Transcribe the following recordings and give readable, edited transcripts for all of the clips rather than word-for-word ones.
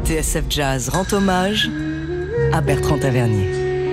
TSF Jazz rend hommage à Bertrand Tavernier.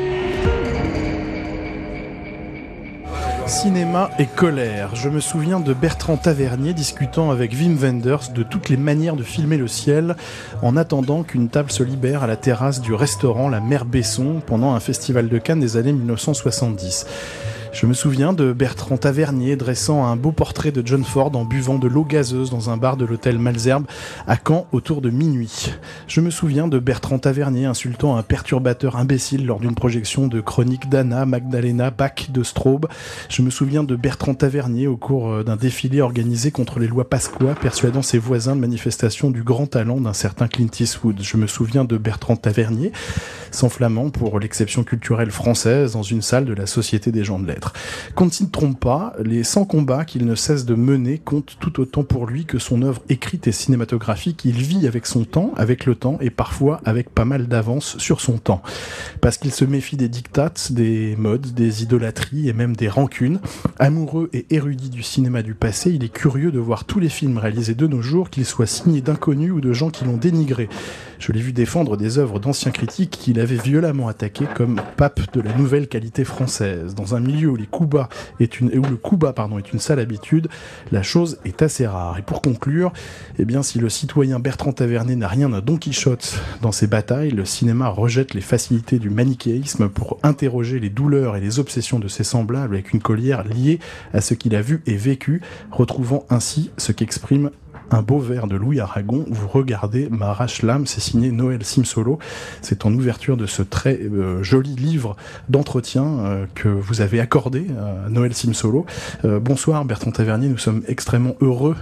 Cinéma et colère. Je me souviens de Bertrand Tavernier discutant avec Wim Wenders de toutes les manières de filmer le ciel en attendant qu'une table se libère à la terrasse du restaurant La Mère Besson pendant un festival de Cannes des années 1970. Je me souviens de Bertrand Tavernier dressant un beau portrait de John Ford en buvant de l'eau gazeuse dans un bar de l'hôtel Malesherbes à Caen autour de minuit. Je me souviens de Bertrand Tavernier insultant un perturbateur imbécile lors d'une projection de Chronique d'Anna, Magdalena, Bach de Straub. Je me souviens de Bertrand Tavernier au cours d'un défilé organisé contre les lois Pasqua, persuadant ses voisins de manifestation du grand talent d'un certain Clint Eastwood. Je me souviens de Bertrand Tavernier s'enflammant pour l'exception culturelle française dans une salle de la Société des gens de lettres. Qu'on ne s'y trompe pas, les 100 combats qu'il ne cesse de mener comptent tout autant pour lui que son œuvre écrite et cinématographique. Il vit avec son temps, avec le temps, et parfois avec pas mal d'avance sur son temps. Parce qu'il se méfie des dictates, des modes, des idolâtries et même des rancunes. Amoureux et érudit du cinéma du passé, il est curieux de voir tous les films réalisés de nos jours, qu'ils soient signés d'inconnus ou de gens qui l'ont dénigré. Je l'ai vu défendre des œuvres d'anciens critiques qu'il avait violemment attaquées comme pape de la nouvelle qualité française. Dans un milieu où le coup bas est une sale habitude, la chose est assez rare. Et pour conclure, si le citoyen Bertrand Tavernier n'a rien d'un Don Quichotte dans ses batailles, le cinéma rejette les facilités du manichéisme pour interroger les douleurs et les obsessions de ses semblables avec une colère liée à ce qu'il a vu et vécu, retrouvant ainsi ce qu'exprime un beau vers de Louis Aragon. Vous regardez m'arrache l'âme, c'est signé Noël Simsolo. C'est en ouverture de ce très joli livre d'entretien que vous avez accordé à Noël Simsolo. Bonsoir Bertrand Tavernier, nous sommes extrêmement heureux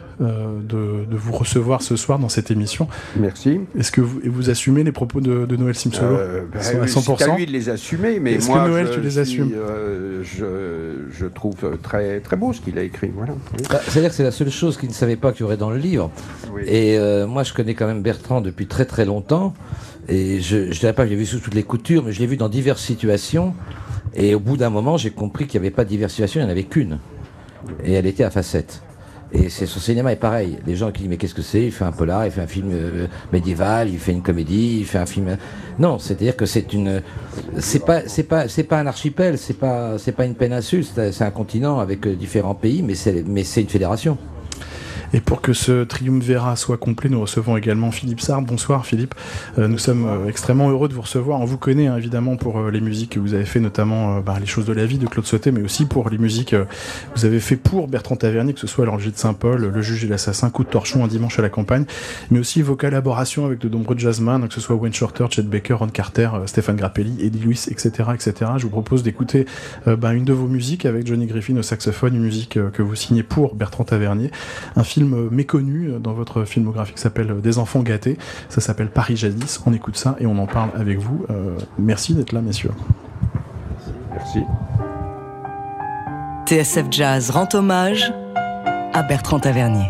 de vous recevoir ce soir dans cette émission. Merci. Est-ce que vous assumez les propos de Noël Simsolo à 100%? C'est à lui de les assumer, mais est-ce moi, que Noël, tu les assumes? Je trouve très, très beau ce qu'il a écrit. Voilà. C'est-à-dire que c'est la seule chose qu'il ne savait pas qu'il y aurait dans le livre. Oui. Et moi, je connais quand même Bertrand depuis très très longtemps. Et je ne dirais pas que je l'ai vu sous toutes les coutures, mais je l'ai vu dans diverses situations. Et au bout d'un moment, j'ai compris qu'il n'y avait pas de diverses situations, il n'y en avait qu'une. Et elle était à facettes. Et son cinéma est pareil. Les gens qui disent mais qu'est-ce que c'est? Il fait un polar, il fait un film médiéval, il fait une comédie, il fait un film. Non, c'est-à-dire que c'est pas un archipel, c'est pas une péninsule, c'est un continent avec différents pays, mais c'est une fédération. Et pour que ce triumvirat soit complet, nous recevons également Philippe Sard. Bonsoir Philippe. Nous sommes extrêmement heureux de vous recevoir. On vous connaît évidemment pour les musiques que vous avez fait, notamment Les choses de la vie de Claude Sautet, mais aussi pour les musiques que vous avez fait pour Bertrand Tavernier, que ce soit l'Orgie de Saint-Paul, Le juge et l'assassin, Coup de torchon, Un dimanche à la campagne, mais aussi vos collaborations avec de nombreux jazzmen, que ce soit Wayne Shorter, Chet Baker, Ron Carter, Stéphane Grappelli, Eddie Lewis, etc., etc. Je vous propose d'écouter une de vos musiques avec Johnny Griffin au saxophone, une musique que vous signez pour Bertrand Tavernier, un film méconnu dans votre filmographie qui s'appelle Des enfants gâtés. Ça s'appelle Paris jadis. On écoute ça et on en parle avec vous. Merci d'être là, messieurs. Merci. TSF Jazz rend hommage à Bertrand Tavernier.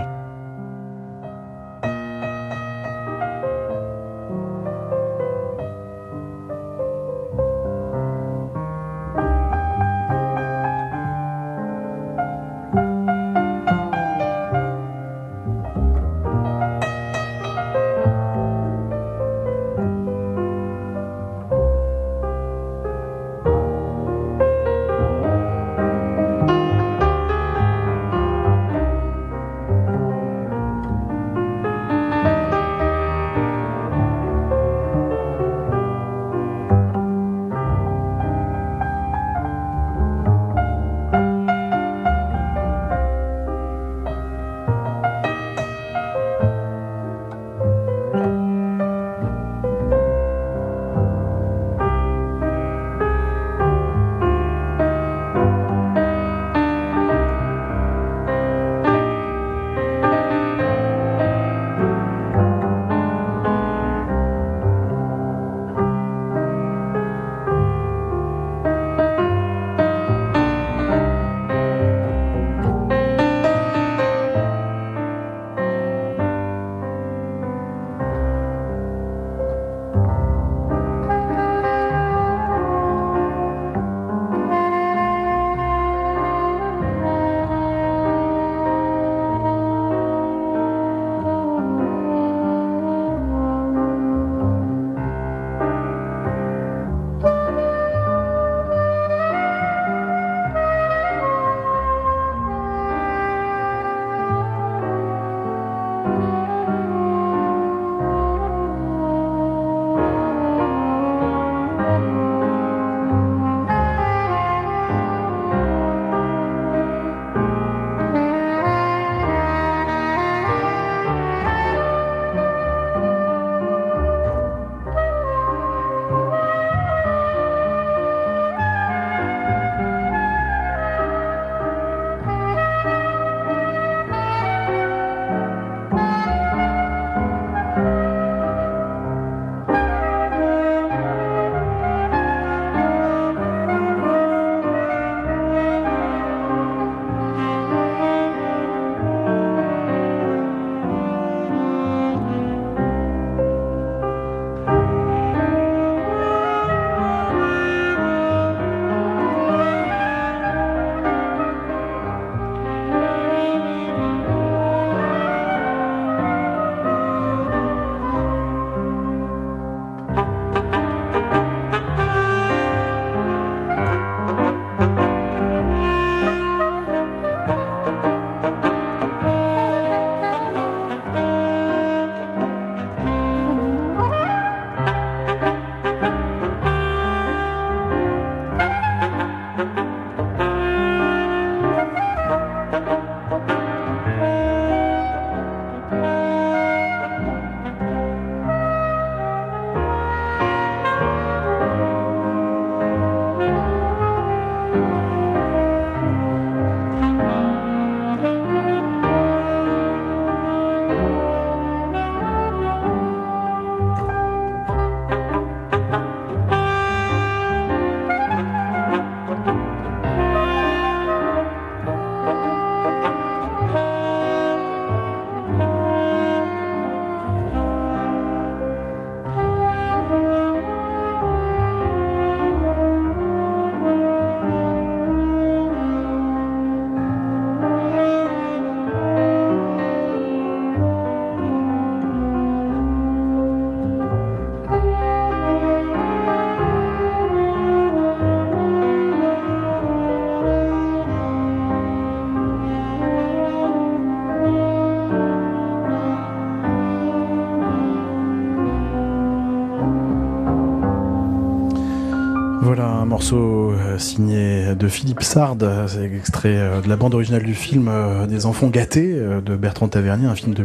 Voilà un morceau signé de Philippe Sard, c'est extrait de la bande originale du film Des enfants gâtés de Bertrand Tavernier, un film de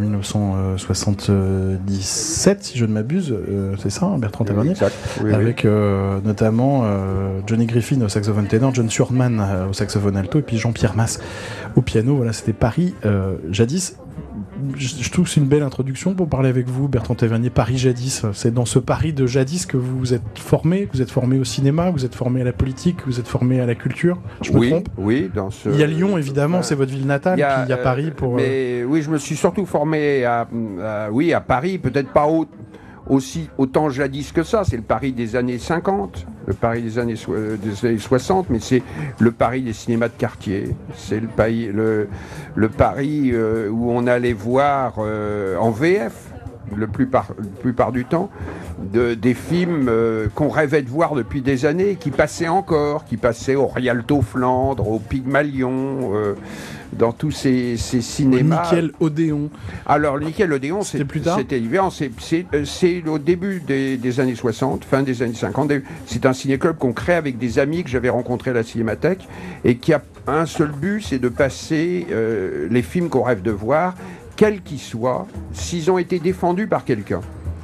1977 si je ne m'abuse, c'est ça, Bertrand Tavernier, exact. Oui, avec notamment Johnny Griffin au saxophone ténor, John Surman au saxophone alto et puis Jean-Pierre Masse au piano. Voilà, c'était Paris jadis. Je trouve que c'est une belle introduction pour parler avec vous, Bertrand Tavernier. Paris jadis, c'est dans ce Paris de jadis que vous vous êtes formé au cinéma, vous êtes formé à la politique, vous êtes formé à la culture. Je me trompe ? Oui, dans ce... Il y a Lyon, évidemment, c'est votre ville natale, puis il y a Paris pour... Mais oui, je me suis surtout formé à Paris, peut-être pas autant jadis que ça, c'est le Paris des années 50, le Paris des années 60, mais c'est le Paris des cinémas de quartier, c'est le Paris où on allait voir en VF, la plupart du temps, des films qu'on rêvait de voir depuis des années, qui passaient au Rialto Flandre, au Pygmalion, dans tous ces cinémas. Nickel Odéon. Alors, le Nickel Odéon, c'était plus tard. C'était l'hiver, c'est au début des années 60, fin des années 50. C'est un ciné-club qu'on crée avec des amis que j'avais rencontrés à la Cinémathèque et qui a un seul but, c'est de passer les films qu'on rêve de voir, quels qu'ils soient, s'ils ont été défendus par quelqu'un.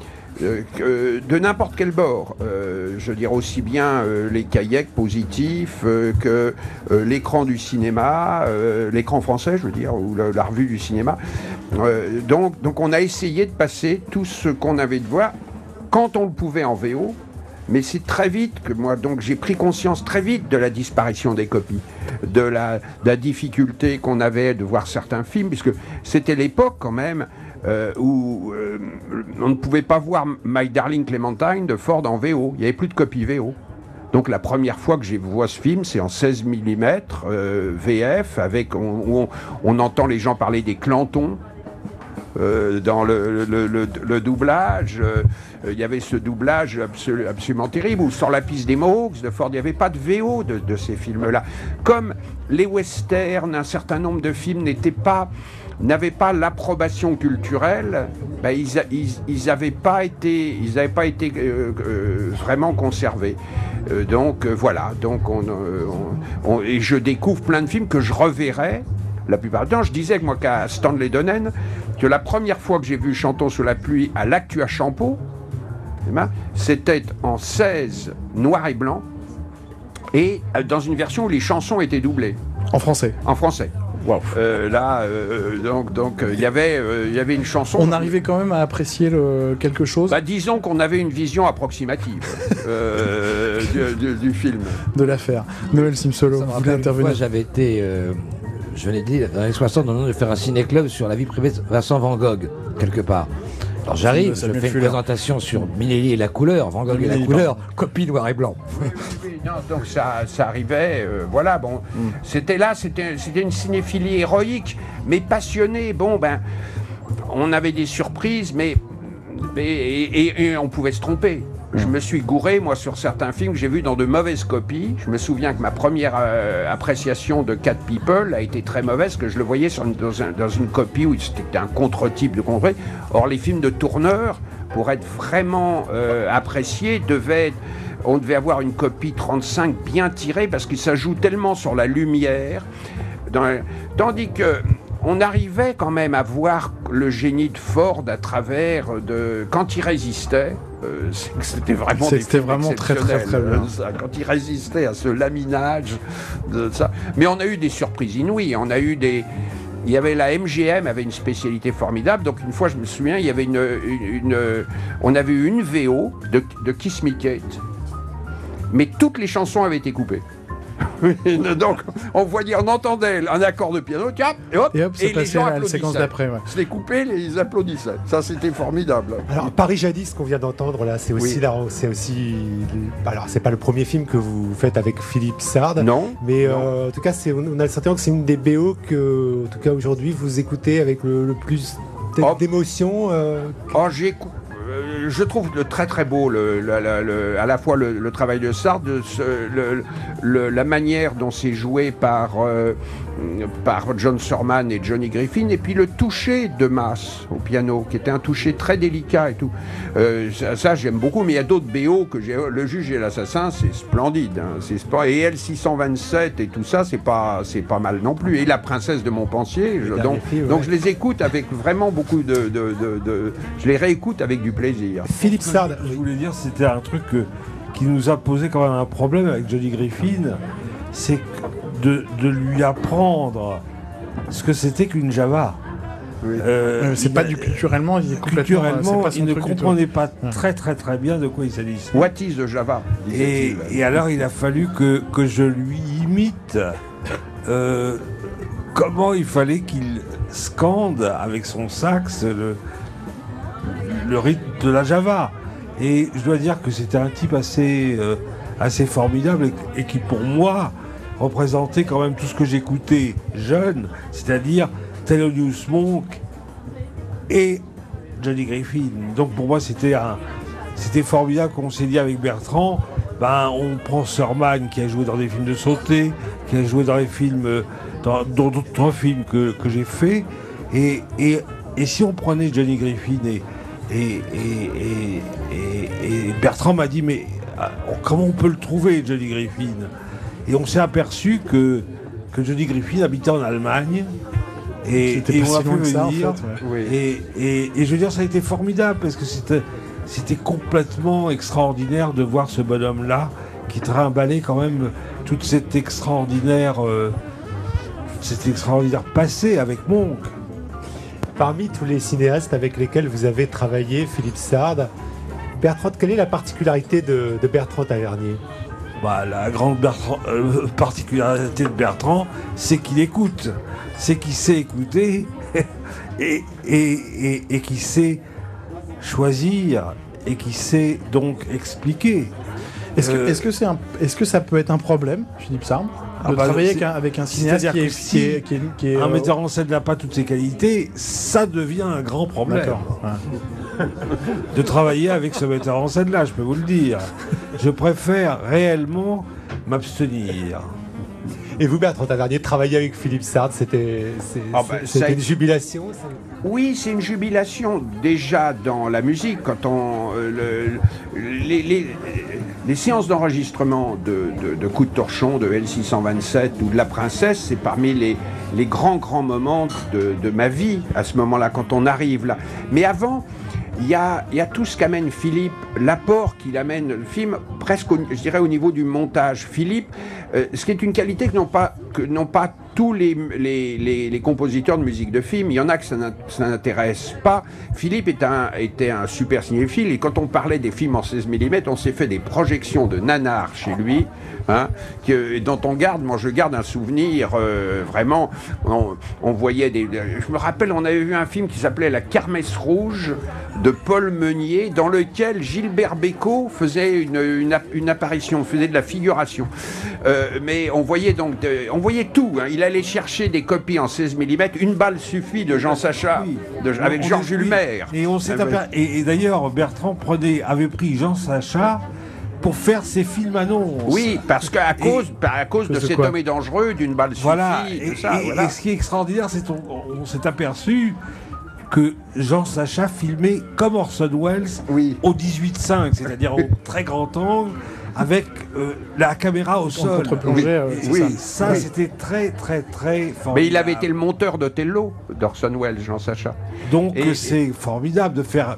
De n'importe quel bord, je veux dire aussi bien les cahiers positifs que l'écran du cinéma, l'écran français, je veux dire, ou la revue du cinéma. Donc on a essayé de passer tout ce qu'on avait de voir quand on le pouvait en VO. Mais c'est très vite que moi, donc j'ai pris conscience très vite de la disparition des copies, de la difficulté qu'on avait de voir certains films, puisque c'était l'époque quand même où on ne pouvait pas voir My Darling Clementine de Ford en VO. Il n'y avait plus de copies VO. Donc la première fois que j'ai vu ce film, c'est en 16 mm VF, avec où on entend les gens parler des clantons. Dans le doublage, il y avait ce doublage absolument terrible, ou sur la piste des Mohawks de Ford, il n'y avait pas de VO de ces films-là. Comme les westerns, un certain nombre de films n'avaient pas l'approbation culturelle, ben ils n'avaient pas été vraiment conservés. Donc voilà, et je découvre plein de films que je reverrai. La plupart du temps, je disais qu'à Stanley Donen, que la première fois que j'ai vu Chantons sous la pluie à l'Actua Champeau, c'était en 16 noir et blanc, et dans une version où les chansons étaient doublées. En français. En français. Wow. Donc il y avait une chanson. On arrivait quand même à apprécier quelque chose. Disons qu'on avait une vision approximative du film. De l'affaire. Noël Simsolo, vous voulez intervenir ? Moi, j'avais été... je l'ai dit, dans les années 60, on de faire un ciné-club sur la vie privée de Vincent Van Gogh, quelque part. Alors j'arrive, je fais une présentation sur Minelli et la couleur, Van Gogh et la couleur, copie noir et blanc. Oui, non, donc ça arrivait, voilà, bon. C'était une cinéphilie héroïque, mais passionnée. Bon, on avait des surprises, mais on pouvait se tromper. Je me suis gouré, moi, sur certains films que j'ai vus dans de mauvaises copies. Je me souviens que ma première appréciation de Cat People a été très mauvaise, que je le voyais dans une copie où c'était un contre-type de contre. Or, les films de tourneur, pour être vraiment appréciés, on devait avoir une copie 35 bien tirée, parce que ça joue tellement sur la lumière. Tandis que on arrivait quand même à voir le génie de Ford à travers quand il résistait. C'était vraiment très très très bien. Quand il résistait à ce laminage de ça. Mais on a eu des surprises inouïes. Il y avait la MGM avait une spécialité formidable. Donc une fois, je me souviens, il y avait on avait eu une VO de Kiss Me Kate, mais toutes les chansons avaient été coupées. Donc on entendait un accord de piano, et les gens applaudissaient. Séquence d'après, ouais. C'était coupé, ils applaudissaient. Ça, c'était formidable. Alors Paris jadis qu'on vient d'entendre là, c'est aussi alors c'est pas le premier film que vous faites avec Philippe Sard. Non. Mais en tout cas, on a le sentiment que c'est une des BO que, en tout cas aujourd'hui, vous écoutez avec le plus d'émotion. Je trouve très très beau à la fois le travail de Sard, la manière dont c'est joué par par John Surman et Johnny Griffin, et puis le toucher de Mas au piano, qui était un toucher très délicat et tout. Ça j'aime beaucoup, mais il y a d'autres BO que j'ai. Le Juge et l'Assassin, c'est splendide. Hein, et L627 et tout ça, c'est pas mal non plus. Et La Princesse de Montpensier, donc je les écoute avec vraiment beaucoup je les réécoute avec du plaisir. Philippe Sard. Je voulais dire, c'était un truc qui nous a posé quand même un problème avec Johnny Griffin, c'est de lui apprendre ce que c'était qu'une Java. Oui. C'est pas du culturellement, il ne comprenait pas très très très bien de quoi il s'agissait. What is the Java? Et alors il a fallu que je lui imite comment il fallait qu'il scande avec son sax le rythme de la Java. Et je dois dire que c'était un type assez formidable et qui pour moi représentait quand même tout ce que j'écoutais jeune, c'est-à-dire Thelonious Monk et Johnny Griffin. Donc pour moi c'était formidable qu'on s'est dit avec Bertrand, on prend Surman qui a joué dans des films de Sauté, qui a joué dans les films, dans d'autres films que j'ai fait, et si on prenait Johnny Griffin et Bertrand m'a dit mais comment on peut le trouver Johnny Griffin? Et on s'est aperçu que Johnny Griffin habitait en Allemagne. Et on l'a fait venir. Et je veux dire, ça a été formidable parce que c'était complètement extraordinaire de voir ce bonhomme-là qui trimballait quand même toute cet extraordinaire passé avec Monk. Parmi tous les cinéastes avec lesquels vous avez travaillé, Philippe Sard, Bertrand, quelle est la particularité de Bertrand Tavernier? La grande particularité de Bertrand, c'est qu'il écoute. C'est qu'il sait écouter et qui sait choisir et qui sait donc expliquer. Est-ce que ça peut être un problème, Philippe Sard, de travailler avec un cinéaste qui est un metteur en scène n'a pas toutes ses qualités, ça devient un grand problème. De travailler avec ce metteur en scène-là, je peux vous le dire. Je préfère réellement m'abstenir. Et vous, Bertrand Tavernier, travailler avec Philippe Sard, c'était une jubilation? Oui, c'est une jubilation déjà dans la musique. Quand les séances d'enregistrement de Coup de Torchon, de L627 ou de La Princesse, c'est parmi les grands moments de ma vie à ce moment-là, quand on arrive là. Mais avant, il y a tout ce qu'amène Philippe, l'apport qu'il amène le film, presque, je dirais, au niveau du montage. Philippe, ce qui est une qualité que n'ont pas tous les compositeurs de musique de film. Il y en a que ça n'intéresse pas. Philippe était un super cinéphile, et quand on parlait des films en 16 mm, on s'est fait des projections de nanars chez lui, dont je garde un souvenir vraiment. On voyait je me rappelle, on avait vu un film qui s'appelait La Kermesse Rouge de Paul Meunier, dans lequel Gilbert Bécaud faisait une apparition, faisait de la figuration. Mais on voyait tout. Il allait chercher des copies en 16 mm. Une balle suffit de Jean Sacha, avec Georges Ulmer. Et d'ailleurs, Bertrand avait pris Jean Sacha pour faire ses films annonces. Oui, parce qu'à cause de Cet homme est dangereux, d'une balle suffit, et ce qui est extraordinaire, c'est qu'on s'est aperçu que Jean Sacha filmait comme Orson Welles au 18.5, c'est-à-dire au très grand angle, avec la caméra au sol. C'était très très très formidable. Mais il avait été le monteur d'Othello, d'Orson Welles, Jean Sacha. Donc c'est formidable de faire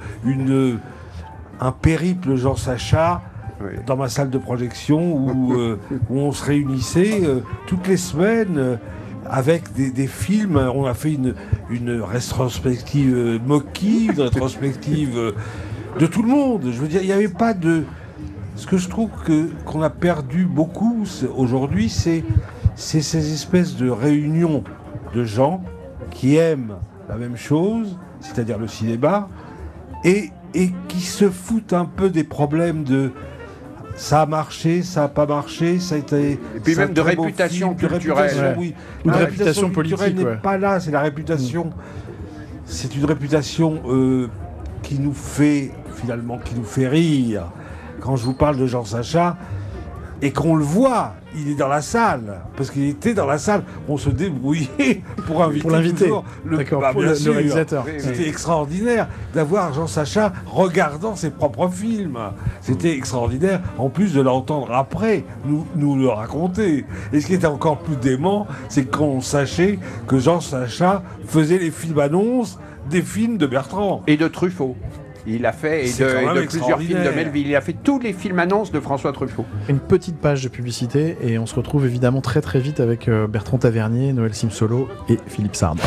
un périple Jean Sacha dans ma salle de projection où on se réunissait toutes les semaines avec des films. On a fait une rétrospective Mocky, une rétrospective de tout le monde. Je veux dire, il n'y avait pas de... Ce que je trouve qu'on a perdu beaucoup aujourd'hui, c'est ces espèces de réunions de gens qui aiment la même chose, c'est-à-dire le cinéma, et qui se foutent un peu des problèmes de ça a marché, ça n'a pas marché, ça a été... Et puis même de réputation culturelle. Ou de réputation politique n'est pas là, c'est la réputation... C'est une réputation qui nous fait rire. Quand je vous parle de Jean Sacha, et qu'on le voit, il est dans la salle, parce qu'il était dans la salle, on se débrouillait pour inviter toujours D'accord, bah, pour bien le sûr. réalisateur. C'était extraordinaire d'avoir Jean Sacha regardant ses propres films. C'était extraordinaire, en plus de l'entendre après nous le raconter. Et ce qui était encore plus dément, c'est qu'on sachait que Jean Sacha faisait les films annonces des films de Bertrand. Et de Truffaut. Il a fait, et de plusieurs films de Melville. Il a fait tous les films annonces de François Truffaut. Une petite page de publicité et on se retrouve évidemment très très vite avec Bertrand Tavernier, Noël Simsolo et Philippe Sard.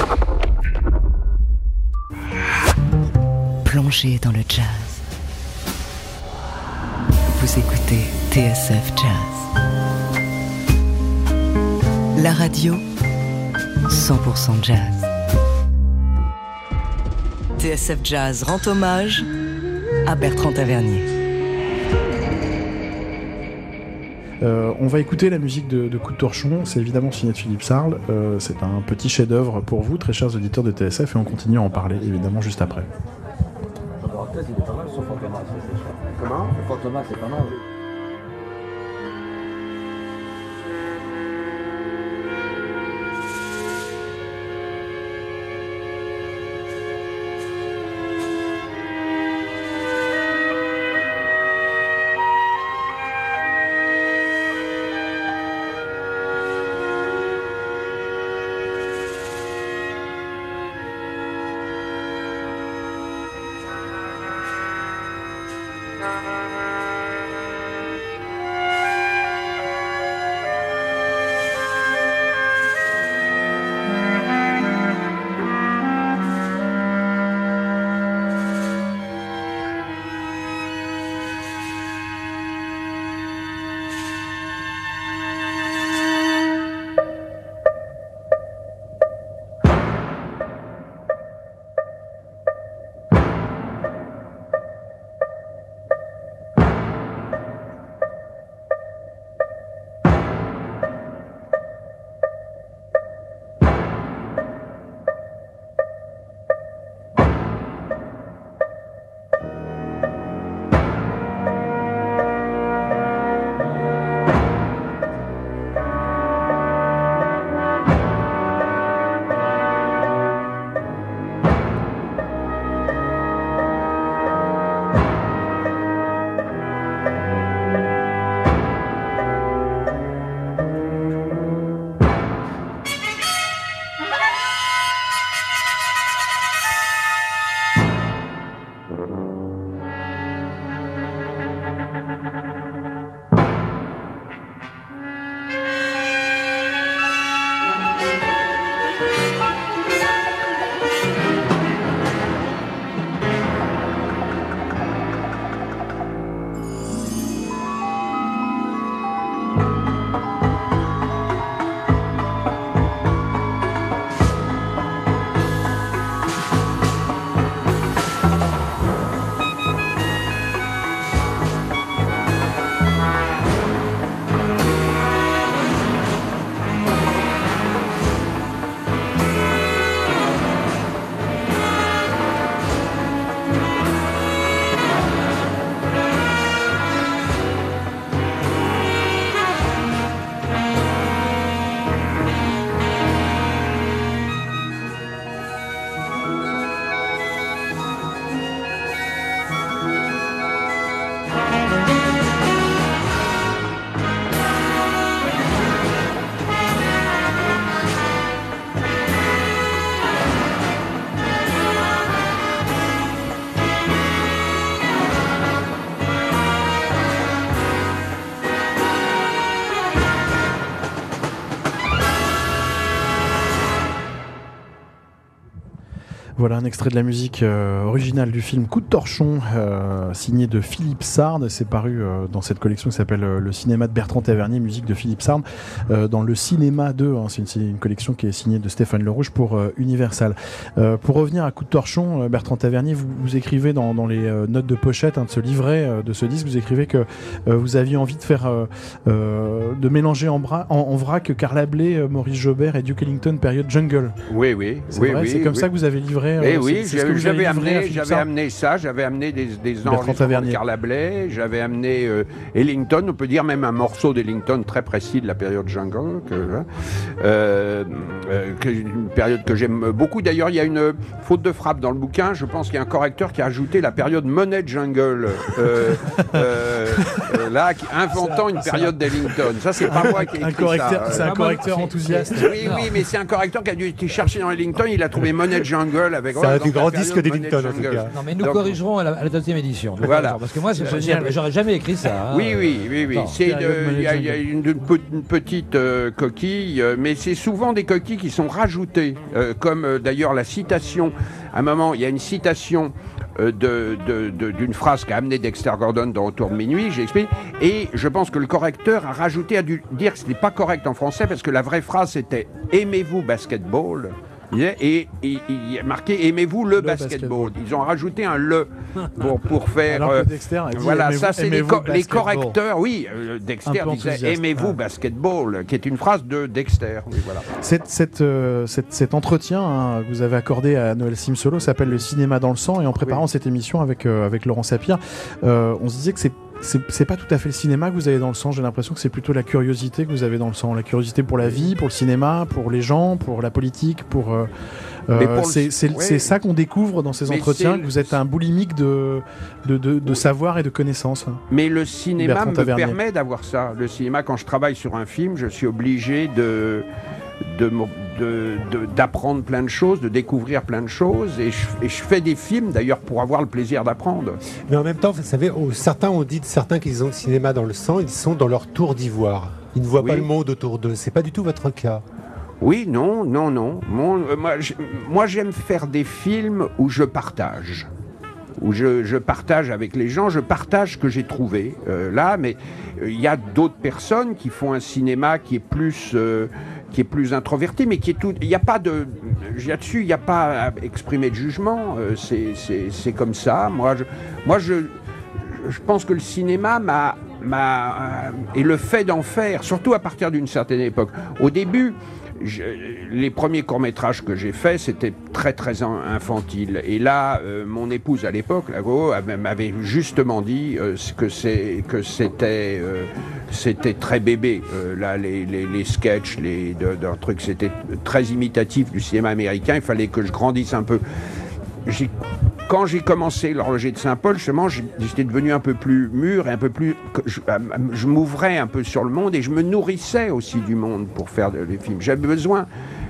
Plongez dans le jazz. Vous écoutez TSF Jazz. La radio 100% jazz. TSF Jazz rend hommage à Bertrand Tavernier. On va écouter la musique de Coup de Torchon, c'est évidemment signé de Philippe Sarl. C'est un petit chef-d'œuvre pour vous, très chers auditeurs de TSF, et on continue à en parler évidemment juste après. Il est pas mal, sauf Fantomas, c'est Comment ? Fantomas, c'est pas mal. Voilà un extrait de la musique originale du film Coup de Torchon, signé de Philippe Sard. C'est paru dans cette collection qui s'appelle Le cinéma de Bertrand Tavernier, musique de Philippe Sard, dans le cinéma 2. Hein, c'est une collection qui est signée de Stéphane Le Rouge pour Universal. Pour revenir à Coup de Torchon, Bertrand Tavernier, vous écrivez dans les notes de pochette de ce livret, de ce disque, vous écrivez que vous aviez envie de faire, de mélanger en vrac Carla Bley, Maurice Jobert et Duke Ellington période jungle. Oui, oui. C'est vrai, c'est comme ça que vous avez livré préféré. Oui, c'est ce que vous avez livré à Philippe j'avais Sard. amené ça, j'avais amené des Bertrand enregistrements de Tavernier. Carla Bley, j'avais amené Ellington, on peut dire même un morceau d'Ellington très précis de la période Jungle, une période que j'aime beaucoup. D'ailleurs, il y a une faute de frappe dans le bouquin, je pense qu'il y a un correcteur qui a ajouté la période Money Jungle, là, inventant une période d'Ellington. Ça, c'est pas moi qui ai écrit ça. C'est un correcteur enthousiaste. Oui, mais c'est un correcteur qui a dû être cherché dans Ellington, il a trouvé Money Jungle avec... C'est un des grands disques d'Ellington, en tout cas. Non, mais nous Donc, corrigerons à la deuxième édition. Voilà. Parce que moi, j'aurais jamais écrit ça. Hein. Oui. Non. Il y a une petite coquille, mais c'est souvent des coquilles qui sont rajoutées, comme d'ailleurs la citation. À un moment, il y a une citation d'une phrase qu'a amené Dexter Gordon dans Autour de minuit, j'explique, et je pense que le correcteur a rajouté, a dû dire que ce n'est pas correct en français, parce que la vraie phrase c'était « Aimez-vous basketball ?» Et il y a marqué « Aimez-vous le basketball ?» Ils ont rajouté un « le » pour faire... Alors que Dexter a dit, voilà, ça c'est les basketball. correcteurs. Oui, Dexter disait « Aimez-vous basketball ?» qui est une phrase de Dexter. Oui, voilà. Cet entretien que vous avez accordé à Noël Simsolo s'appelle Le cinéma dans le sang, et en préparant cette émission avec Laurent Sapir, on se disait que c'est pas tout à fait le cinéma que vous avez dans le sang. J'ai l'impression que c'est plutôt la curiosité que vous avez dans le sang, la curiosité pour la vie, pour le cinéma, pour les gens, pour la politique, c'est ça qu'on découvre dans ces entretiens, que vous êtes un boulimique de savoir et de connaissances. Mais le cinéma Bertrand me Tavernier. permet d'avoir ça. Le cinéma, quand je travaille sur un film, je suis obligé d'apprendre plein de choses, de découvrir plein de choses, et je fais des films d'ailleurs pour avoir le plaisir d'apprendre. Mais en même temps, vous savez, certains ont dit de certains qu'ils ont le cinéma dans le sang, ils sont dans leur tour d'ivoire. Ils ne voient pas le monde autour d'eux. C'est pas du tout votre cas. Oui, non. Moi, j'aime faire des films où je partage. Où je partage avec les gens, je partage ce que j'ai trouvé là, mais il y a d'autres personnes qui font un cinéma qui est plus introverti, mais qui est tout. Il n'y a pas de là-dessus, il n'y a pas à exprimer de jugement. C'est comme ça. Moi, je pense que le cinéma et le fait d'en faire, surtout à partir d'une certaine époque. Au début, les premiers courts-métrages que j'ai faits, c'était très très infantile. Et là, mon épouse à l'époque, m'avait justement dit que c'était très bébé. Là, les sketchs, d'un truc, c'était très imitatif du cinéma américain. Il fallait que je grandisse un peu. Quand j'ai commencé l'Horloger de Saint-Paul, justement, j'étais devenu un peu plus mûr et un peu plus... Je m'ouvrais un peu sur le monde et je me nourrissais aussi du monde pour faire des films. J'avais besoin...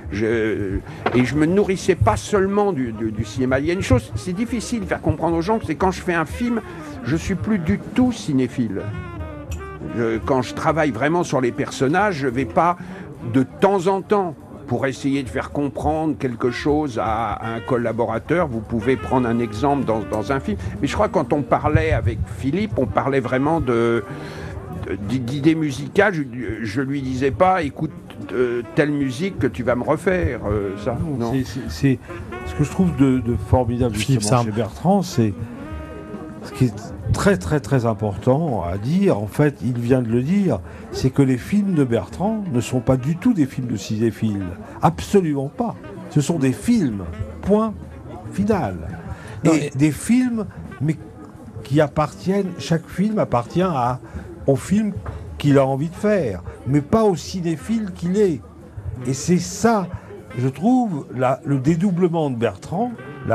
Et je me nourrissais pas seulement du cinéma. Il y a une chose, c'est difficile de faire comprendre aux gens, que c'est quand je fais un film, je suis plus du tout cinéphile. Quand je travaille vraiment sur les personnages, je vais pas de temps en temps... Pour essayer de faire comprendre quelque chose à un collaborateur, vous pouvez prendre un exemple dans un film. Mais je crois que quand on parlait avec Philippe, on parlait vraiment d'idées musicales. Je lui disais pas, écoute, telle musique que tu vas me refaire. Ça, non. C'est ce que je trouve de formidable justement chez Bertrand, c'est ce qui est très très très important à dire, en fait, il vient de le dire, c'est que les films de Bertrand ne sont pas du tout des films de cinéphiles. Absolument pas. Ce sont des films, point final. Et des films, mais qui appartiennent, chaque film appartient au film qu'il a envie de faire, mais pas au cinéphile qu'il est. Et c'est ça, je trouve, le dédoublement de Bertrand,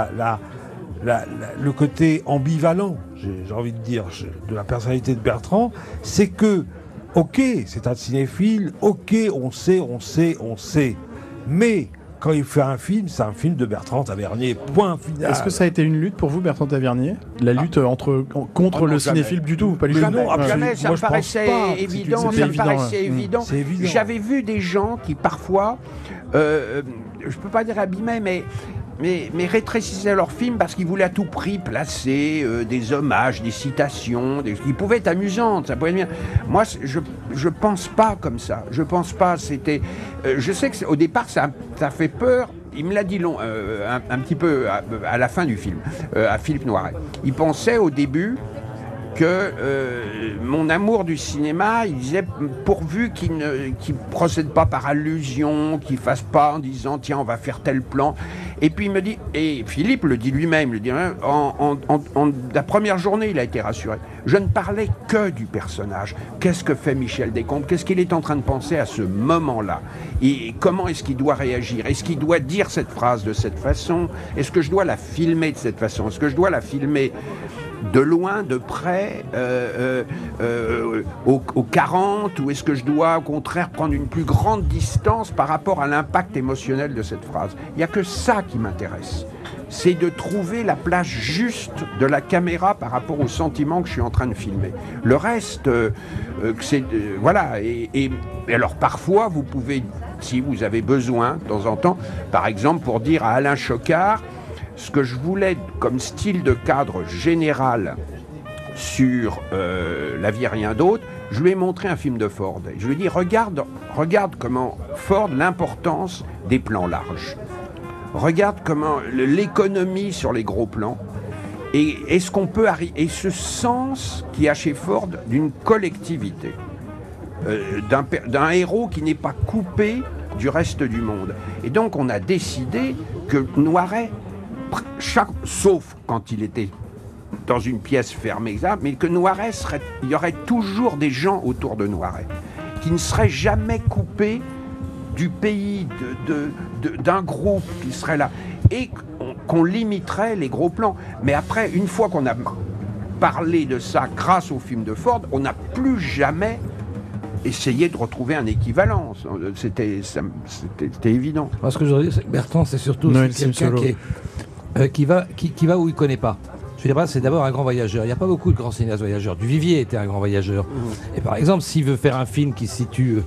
le côté ambivalent, j'ai envie de dire, de la personnalité de Bertrand, c'est que, ok, c'est un cinéphile, ok, on sait, mais quand il fait un film, c'est un film de Bertrand Tavernier, point final. Est-ce que ça a été une lutte pour vous, Bertrand Tavernier? La lutte contre le cinéphile du tout, pas du tout? Jamais, ça me paraissait évident, évident. J'avais vu des gens qui parfois, je peux pas dire abîmaient, mais rétrécissaient leur film parce qu'ils voulaient à tout prix placer des hommages, des citations, qui pouvaient être amusantes. Ça pouvait être bien. Moi, je pense pas comme ça. Je pense pas. C'était. Je sais que au départ, ça fait peur. Il me l'a dit un petit peu à la fin du film, à Philippe Noiret. Il pensait au début que mon amour du cinéma, il disait pourvu qu'il ne procède pas par allusion, qu'il fasse pas en disant tiens on va faire tel plan. Et puis il me dit, et Philippe le dit lui-même, la première journée il a été rassuré. Je ne parlais que du personnage. Qu'est-ce que fait Michel Descombes? Qu'est-ce qu'il est en train de penser à ce moment-là? Et comment est-ce qu'il doit réagir? Est-ce qu'il doit dire cette phrase de cette façon? Est-ce que je dois la filmer de cette façon? Est-ce que je dois la filmer de loin, de près, au 40, ou est-ce que je dois au contraire prendre une plus grande distance par rapport à l'impact émotionnel de cette phrase? Il n'y a que ça qui m'intéresse. C'est de trouver la place juste de la caméra par rapport au sentiment que je suis en train de filmer. Le reste, voilà. Et alors parfois, vous pouvez, si vous avez besoin, de temps en temps, par exemple pour dire à Alain Chocard, ce que je voulais comme style de cadre général sur La vie et rien d'autre, je lui ai montré un film de Ford. Je lui ai dit, regarde comment Ford, l'importance des plans larges. Regarde comment l'économie sur les gros plans. Et est-ce qu'on peut arriver... Et ce sens qu'il y a chez Ford d'une collectivité, d'un héros qui n'est pas coupé du reste du monde. Et donc on a décidé que Noiret, sauf quand il était dans une pièce fermée, mais que Noiret il y aurait toujours des gens autour de Noiret qui ne seraient jamais coupés du pays, d'un groupe qui serait là, et qu'on limiterait les gros plans. Mais après, une fois qu'on a parlé de ça grâce au film de Ford, on n'a plus jamais essayé de retrouver un équivalent. C'était évident. Moi, ce que je voudrais dire, c'est que Bertrand, c'est surtout quelqu'un qui va où il ne connaît pas. Je veux dire, c'est d'abord un grand voyageur. Il n'y a pas beaucoup de grands cinéastes voyageurs. Duvivier était un grand voyageur. Et par exemple, s'il veut faire un film qui se situe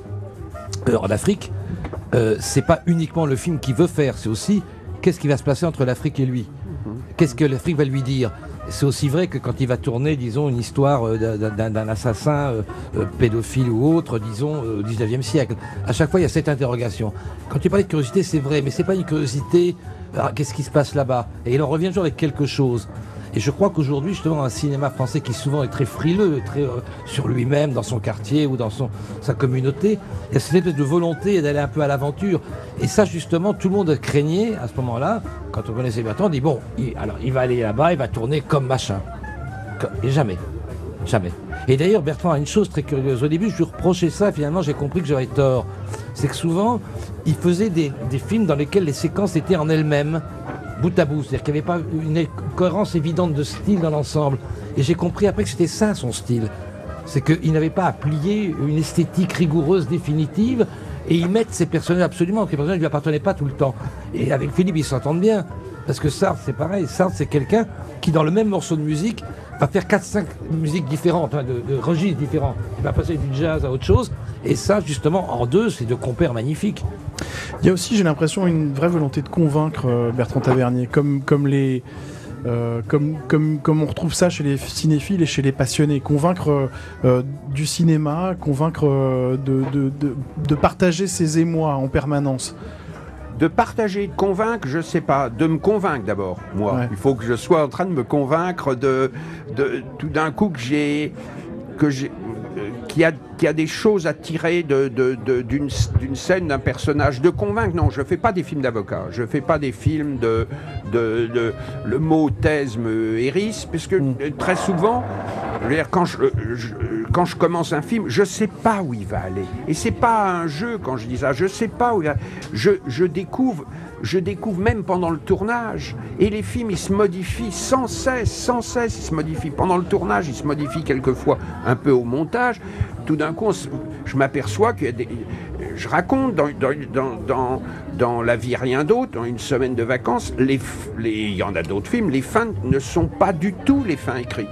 en Afrique, c'est pas uniquement le film qu'il veut faire, c'est aussi qu'est-ce qui va se passer entre l'Afrique et lui. Qu'est-ce que l'Afrique va lui dire. C'est aussi vrai que quand il va tourner, disons, une histoire d'un assassin pédophile ou autre, disons, au 19e siècle. À chaque fois, il y a cette interrogation. Quand tu parlais de curiosité, c'est vrai, mais c'est pas une curiosité, qu'est-ce qui se passe là-bas? Et il en revient toujours avec quelque chose. Et je crois qu'aujourd'hui, justement, dans un cinéma français qui souvent est très frileux, très sur lui-même, dans son quartier ou dans sa communauté, il y a cette espèce de volonté d'aller un peu à l'aventure. Et ça, justement, tout le monde craignait à ce moment-là, quand on connaissait Bertrand, on dit bon, il va aller là-bas, il va tourner comme machin. Et jamais. Jamais. Et d'ailleurs, Bertrand a une chose très curieuse. Au début, je lui reprochais ça, finalement, j'ai compris que j'avais tort. C'est que souvent, il faisait des films dans lesquels les séquences étaient en elles-mêmes, bout à bout, c'est-à-dire qu'il n'y avait pas une cohérence évidente de style dans l'ensemble. Et j'ai compris après que c'était ça son style. C'est qu'il n'avait pas à plier une esthétique rigoureuse, définitive, et y mettre ses personnages absolument, que les personnages ne lui appartenaient pas tout le temps. Et avec Philippe, ils s'entendent bien, parce que Sartre, c'est pareil. Sartre, c'est quelqu'un qui, dans le même morceau de musique, va faire 4-5 musiques différentes, de registres différents. Il va passer du jazz à autre chose, et ça, justement, en deux, c'est de compères magnifiques. Il y a aussi, j'ai l'impression, une vraie volonté de convaincre Bertrand Tavernier, comme on retrouve ça chez les cinéphiles et chez les passionnés. Convaincre du cinéma, convaincre de partager ses émois en permanence. De partager, de convaincre, je sais pas. De me convaincre d'abord, moi. Ouais. Il faut que je sois en train de me convaincre tout d'un coup qu'il y a des choses à tirer d'une scène, d'un personnage. De convaincre, non, je ne fais pas des films d'avocats. Je ne fais pas des films le mot thèse me hérisse, parce que très souvent, quand je commence un film, je ne sais pas où il va aller. Et c'est pas un jeu quand je dis ça. Je ne sais pas où il va. Je découvre même pendant le tournage. Et les films, ils se modifient sans cesse, ils se modifient. Pendant le tournage, ils se modifient quelquefois un peu au montage. Tout d'un coup, je m'aperçois qu'il y a des... Je raconte dans La vie, rien d'autre, dans Une semaine de vacances, il y en a d'autres films, les fins ne sont pas du tout les fins écrites.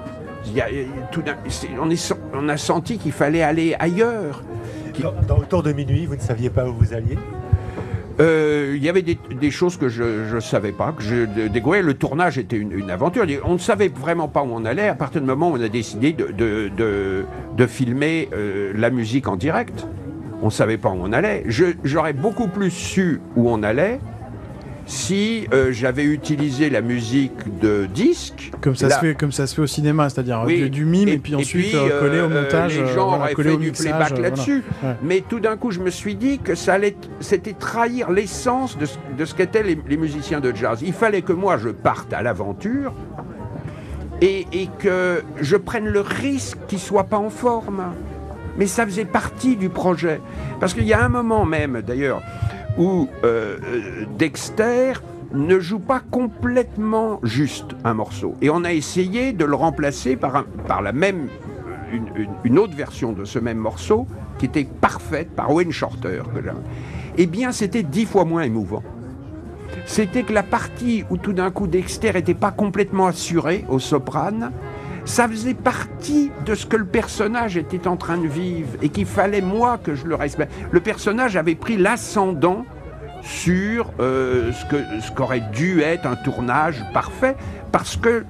On a senti qu'il fallait aller ailleurs. Dans Autour de minuit, vous ne saviez pas où vous alliez ? Il y avait des choses que je ne savais pas, que je découvrais. Le tournage était une aventure. On ne savait vraiment pas où on allait à partir du moment où on a décidé de filmer la musique en direct. On ne savait pas où on allait. J'aurais beaucoup plus su où on allait si j'avais utilisé la musique de disque. Comme ça se fait au cinéma, c'est-à-dire du mime et puis ensuite collé au montage. Les gens auraient fait du playback là-dessus. Voilà. Ouais. Mais tout d'un coup, je me suis dit que c'était trahir l'essence de ce qu'étaient les musiciens de jazz. Il fallait que moi, je parte à l'aventure et que je prenne le risque qu'ils ne soient pas en forme. Mais ça faisait partie du projet. Parce qu'il y a un moment même, d'ailleurs, où Dexter ne joue pas complètement juste un morceau. Et on a essayé de le remplacer par la même, une autre version de ce même morceau qui était parfaite par Wayne Shorter. Eh bien, c'était 10 fois moins émouvant. C'était que la partie où tout d'un coup Dexter n'était pas complètement assuré au soprane, ça faisait partie de ce que le personnage était en train de vivre et qu'il fallait, moi, que je le respecte. Le personnage avait pris l'ascendant sur ce qu'aurait dû être un tournage parfait, parce que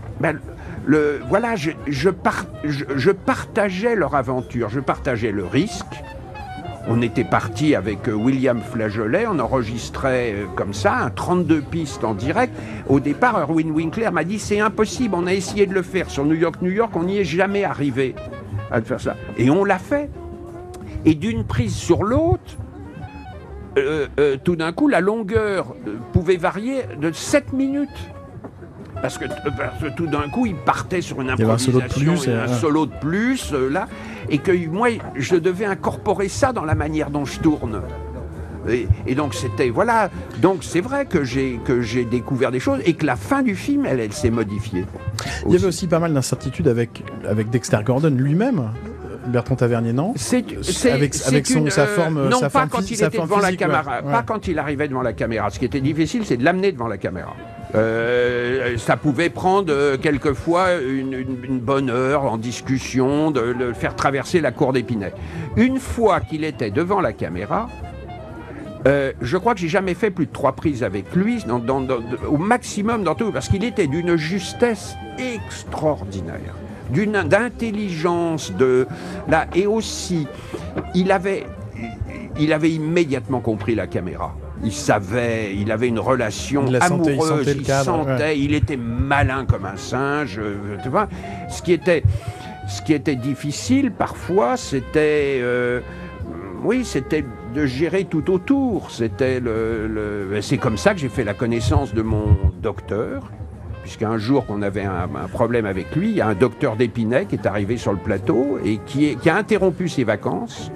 je partageais leur aventure, je partageais le risque. On était parti avec William Flageolet, on enregistrait comme ça, un 32 pistes en direct. Au départ, Irwin Winkler m'a dit c'est impossible, on a essayé de le faire sur New York, on n'y est jamais arrivé à faire ça. Et on l'a fait. Et d'une prise sur l'autre, tout d'un coup, la longueur pouvait varier de 7 minutes. Parce que tout d'un coup, il partait sur une improvisation, un solo de plus, là, et que moi, je devais incorporer ça dans la manière dont je tourne. Et donc c'était, voilà, donc c'est vrai que j'ai découvert des choses et que la fin du film, elle s'est modifiée. Il y avait aussi pas mal d'incertitudes avec Dexter Gordon lui-même. Bertrand Tavernier, non? Avec sa forme. Non, sa pas forme quand il était devant la caméra. Pas quand il arrivait devant la caméra. Ce qui était difficile, c'est de l'amener devant la caméra. Ça pouvait prendre quelquefois une bonne heure en discussion, de le faire traverser la cour d'Épinay. Une fois qu'il était devant la caméra, je crois que j'ai jamais fait plus de 3 prises avec lui, au maximum dans tout, parce qu'il était d'une justesse extraordinaire, d'intelligence, et aussi, il avait immédiatement compris la caméra. Il savait, il avait une relation amoureuse, il sentait, il était malin comme un singe, tu vois. Ce qui était difficile parfois, c'était c'était de gérer tout autour. C'était c'est comme ça que j'ai fait la connaissance de mon docteur, puisqu'un jour qu'on avait un problème avec lui, il y a un docteur d'Épinay qui est arrivé sur le plateau et qui a interrompu ses vacances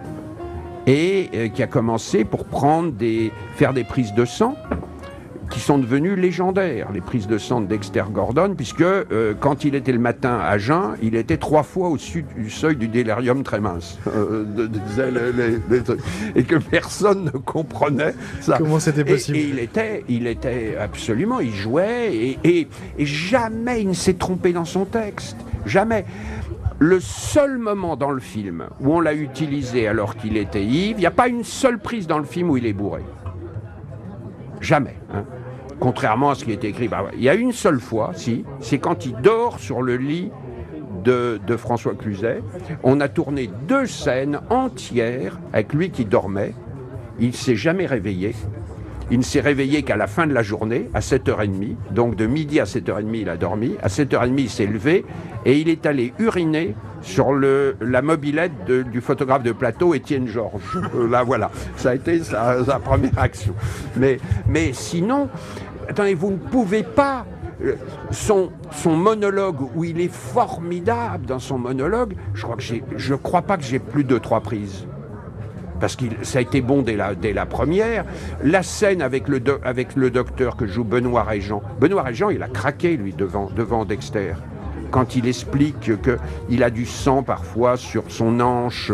et qui a commencé pour faire des prises de sang qui sont devenues légendaires, les prises de sang de Dexter Gordon, puisque quand il était le matin à jeun, il était 3 fois au-dessus du seuil du délirium très mince. Et que personne ne comprenait ça. Comment c'était possible? Et il était absolument, il jouait, et jamais il ne s'est trompé dans son texte. Jamais. Le seul moment dans le film où on l'a utilisé alors qu'il était ivre, il n'y a pas une seule prise dans le film où il est bourré. Jamais. Hein. Contrairement à ce qui était écrit. Il y a une seule fois, c'est quand il dort sur le lit de François Cluzet. On a tourné 2 scènes entières avec lui qui dormait. Il ne s'est jamais réveillé. Il ne s'est réveillé qu'à la fin de la journée, à 7h30. Donc de midi à 7h30, il a dormi. À 7h30, il s'est levé et il est allé uriner sur la mobilette du photographe de plateau, Étienne Georges. Là, voilà. Ça a été sa première action. Mais sinon, attendez, vous ne pouvez pas... Son monologue, où il est formidable dans son monologue, je crois pas que j'ai plus de 3 prises. Parce que ça a été bon dès la première. La scène avec le docteur que joue Benoît Régent. Benoît Régent, il a craqué, lui, devant Dexter. Quand il explique qu'il a du sang parfois sur son hanche,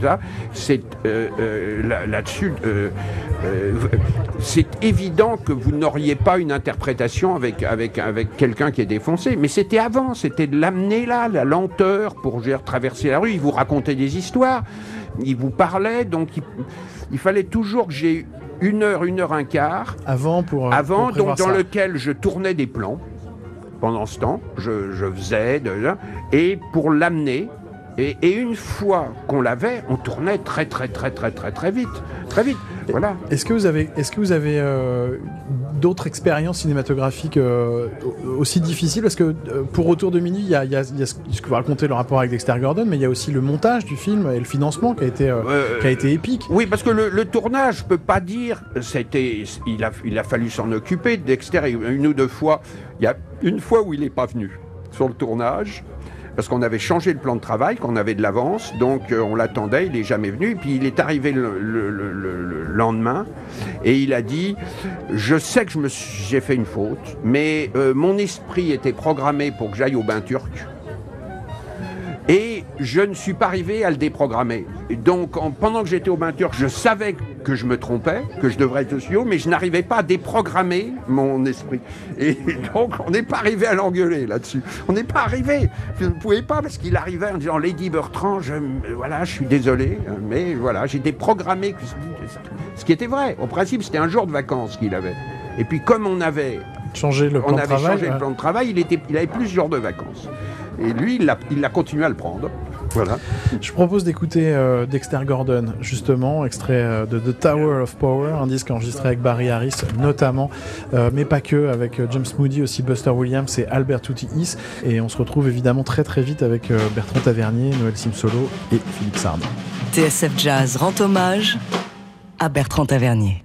là-dessus, c'est évident que vous n'auriez pas une interprétation avec quelqu'un qui est défoncé. Mais c'était avant, c'était de l'amener là, la lenteur pour traverser la rue. Il vous racontait des histoires. Il vous parlait, donc il fallait toujours que j'ai 1 heure, 1 heure un quart avant donc dans lequel je tournais des plans. Pendant ce temps, je faisais et pour l'amener, Et une fois qu'on l'avait, on tournait très vite. Très vite. Voilà. Est-ce que vous avez d'autres expériences cinématographiques aussi difficiles? Parce que pour Autour de minuit, il y a ce que vous racontez, le rapport avec Dexter Gordon, mais il y a aussi le montage du film et le financement qui a été épique. Oui, parce que le tournage, je peux pas dire, il a fallu s'en occuper. Dexter, une ou deux fois, il y a une fois où il n'est pas venu sur le tournage, parce qu'on avait changé le plan de travail, qu'on avait de l'avance, donc on l'attendait, il n'est jamais venu, et puis il est arrivé le lendemain, et il a dit « Je sais que j'ai fait une faute, mais mon esprit était programmé pour que j'aille au bain turc, et je ne suis pas arrivé à le déprogrammer. Donc, pendant que j'étais au bain turc, je savais que je me trompais, que je devrais être au studio, mais je n'arrivais pas à déprogrammer mon esprit. Et donc, on n'est pas arrivé à l'engueuler là-dessus. On n'est pas arrivé. Je ne pouvais pas, parce qu'il arrivait en disant « Lady Bertrand, je suis désolé, mais voilà, j'ai déprogrammé. » Ce qui était vrai. Au principe, c'était un jour de vacances qu'il avait. Et puis, comme on avait changé le plan de travail, il avait plus de jours de vacances. Et lui, il a continué à le prendre. Voilà. Je propose d'écouter Dexter Gordon, justement, extrait de The Tower of Power, un disque enregistré avec Barry Harris, notamment, mais pas que, avec James Moody, aussi Buster Williams et Albert Tutti-Is. Et on se retrouve évidemment très très vite avec Bertrand Tavernier, Noël Simsolo et Philippe Sard. TSF Jazz rend hommage à Bertrand Tavernier.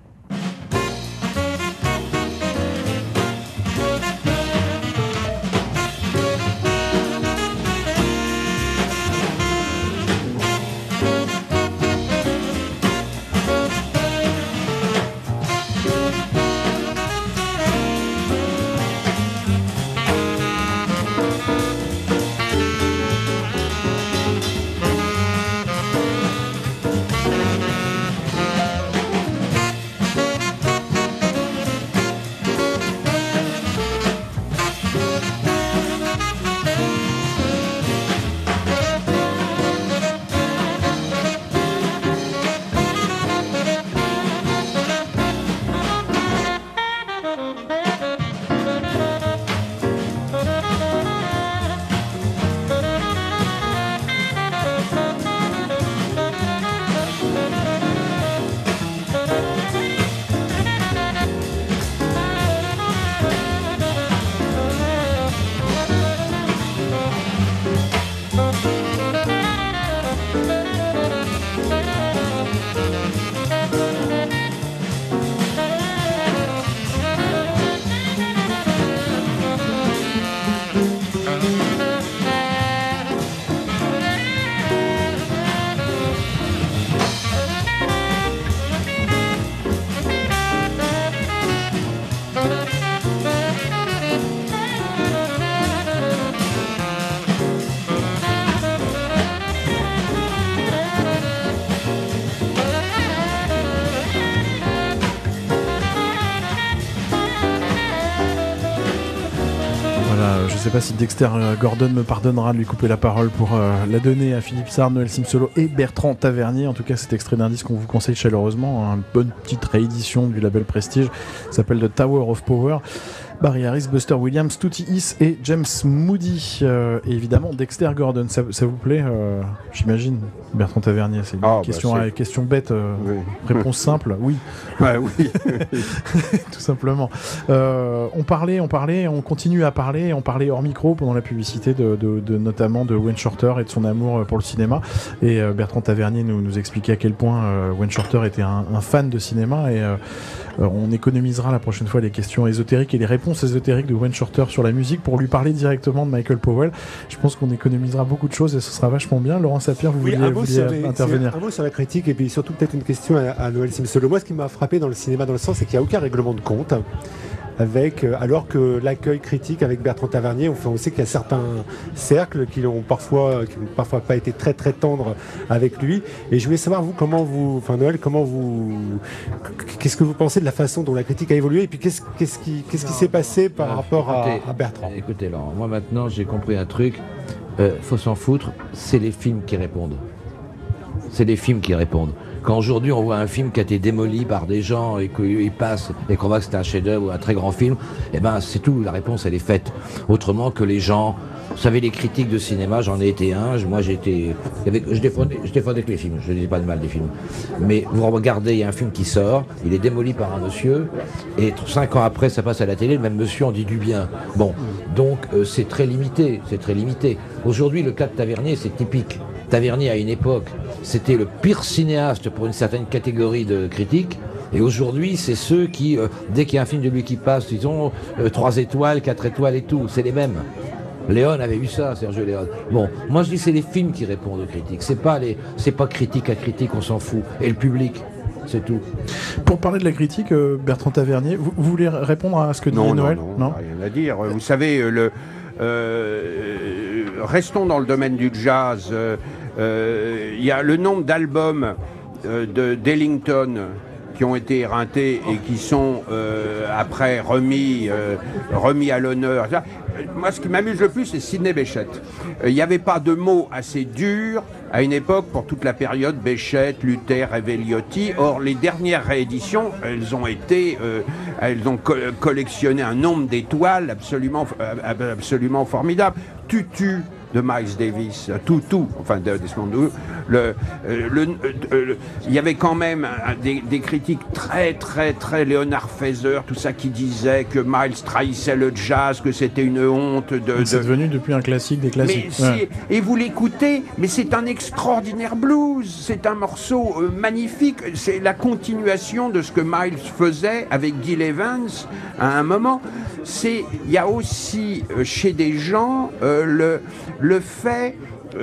Je ne sais pas si Dexter Gordon me pardonnera de lui couper la parole pour la donner à Philippe Sard, Noël Simsolo et Bertrand Tavernier. En tout cas, cet extrait d'un disque qu'on vous conseille chaleureusement, une bonne petite réédition du label Prestige, s'appelle The Tower of Power. Barry Harris, Buster Williams, Tutti-Is et James Moody. Et évidemment, Dexter Gordon. Ça vous plaît, j'imagine, Bertrand Tavernier? C'est une question bête, oui. Réponse simple, oui. Ouais, oui. Tout simplement. On parlait, on continue à parler. On parlait hors micro pendant la publicité de notamment de Wayne Shorter et de son amour pour le cinéma. Et Bertrand Tavernier nous expliquait à quel point Wayne Shorter était un fan de cinéma. Et on économisera la prochaine fois les questions ésotériques et les réponses ésotériques de Wayne Shorter sur la musique pour lui parler directement de Michael Powell. Je pense qu'on économisera beaucoup de choses et ce sera vachement bien. Laurent Sapir, vous vouliez intervenir? Un mot sur la critique et puis surtout peut-être une question à Noël Simsolo. Moi, ce qui m'a frappé dans le cinéma, dans le sens, c'est qu'il n'y a aucun règlement de compte. Alors que l'accueil critique avec Bertrand Tavernier, on sait qu'il y a certains cercles qui n'ont parfois pas été très très tendres avec lui. Et je voulais savoir, Noël, qu'est-ce que vous pensez de la façon dont la critique a évolué et puis qu'est-ce qui s'est passé par rapport à Bertrand? Écoutez, Laurent, moi maintenant j'ai compris un truc, faut s'en foutre, c'est les films qui répondent. C'est les films qui répondent. Quand aujourd'hui on voit un film qui a été démoli par des gens et qu'il passe et qu'on voit que c'est un chef-d'œuvre ou un très grand film, eh ben c'est tout, la réponse elle est faite. Autrement que les gens Vous savez, les critiques de cinéma, j'en ai été un. Moi, je défendais que les films. Je ne dis pas de mal des films. Mais vous regardez, il y a un film qui sort, il est démoli par un monsieur, et 5 ans après, ça passe à la télé, le même monsieur en dit du bien. Bon, donc c'est très limité. Aujourd'hui, le cas de Tavernier, c'est typique. Tavernier, à une époque, c'était le pire cinéaste pour une certaine catégorie de critiques. Et aujourd'hui, c'est ceux qui, dès qu'il y a un film de lui qui passe, ils ont 3 étoiles, 4 étoiles et tout. C'est les mêmes. Léon avait eu ça, Sergio Léon. Bon, moi je dis c'est les films qui répondent aux critiques. C'est pas critique à critique, on s'en fout. Et le public, c'est tout. Pour parler de la critique, Bertrand Tavernier, vous voulez répondre à ce que disait Noël? Non, rien à dire. Vous savez, restons dans le domaine du jazz. Il y a le nombre d'albums d'Ellington qui ont été éreintés et qui sont après remis à l'honneur. Moi, ce qui m'amuse le plus, c'est Sidney Bechet. Il n'y avait pas de mots assez durs à une époque pour toute la période Bechet, Luther, Reveliotti. Or, les dernières rééditions, elles ont collectionné un nombre d'étoiles absolument formidable. Tutu de Miles Davis, enfin Desmond. Il y avait quand même des critiques très Leonard Feather, tout ça qui disait que Miles trahissait le jazz, que c'était une honte c'est devenu depuis un classique des classiques. Et vous l'écoutez, mais c'est un extraordinaire blues, c'est un morceau magnifique, c'est la continuation de ce que Miles faisait avec Gil Evans à un moment. Il y a aussi chez des gens le fait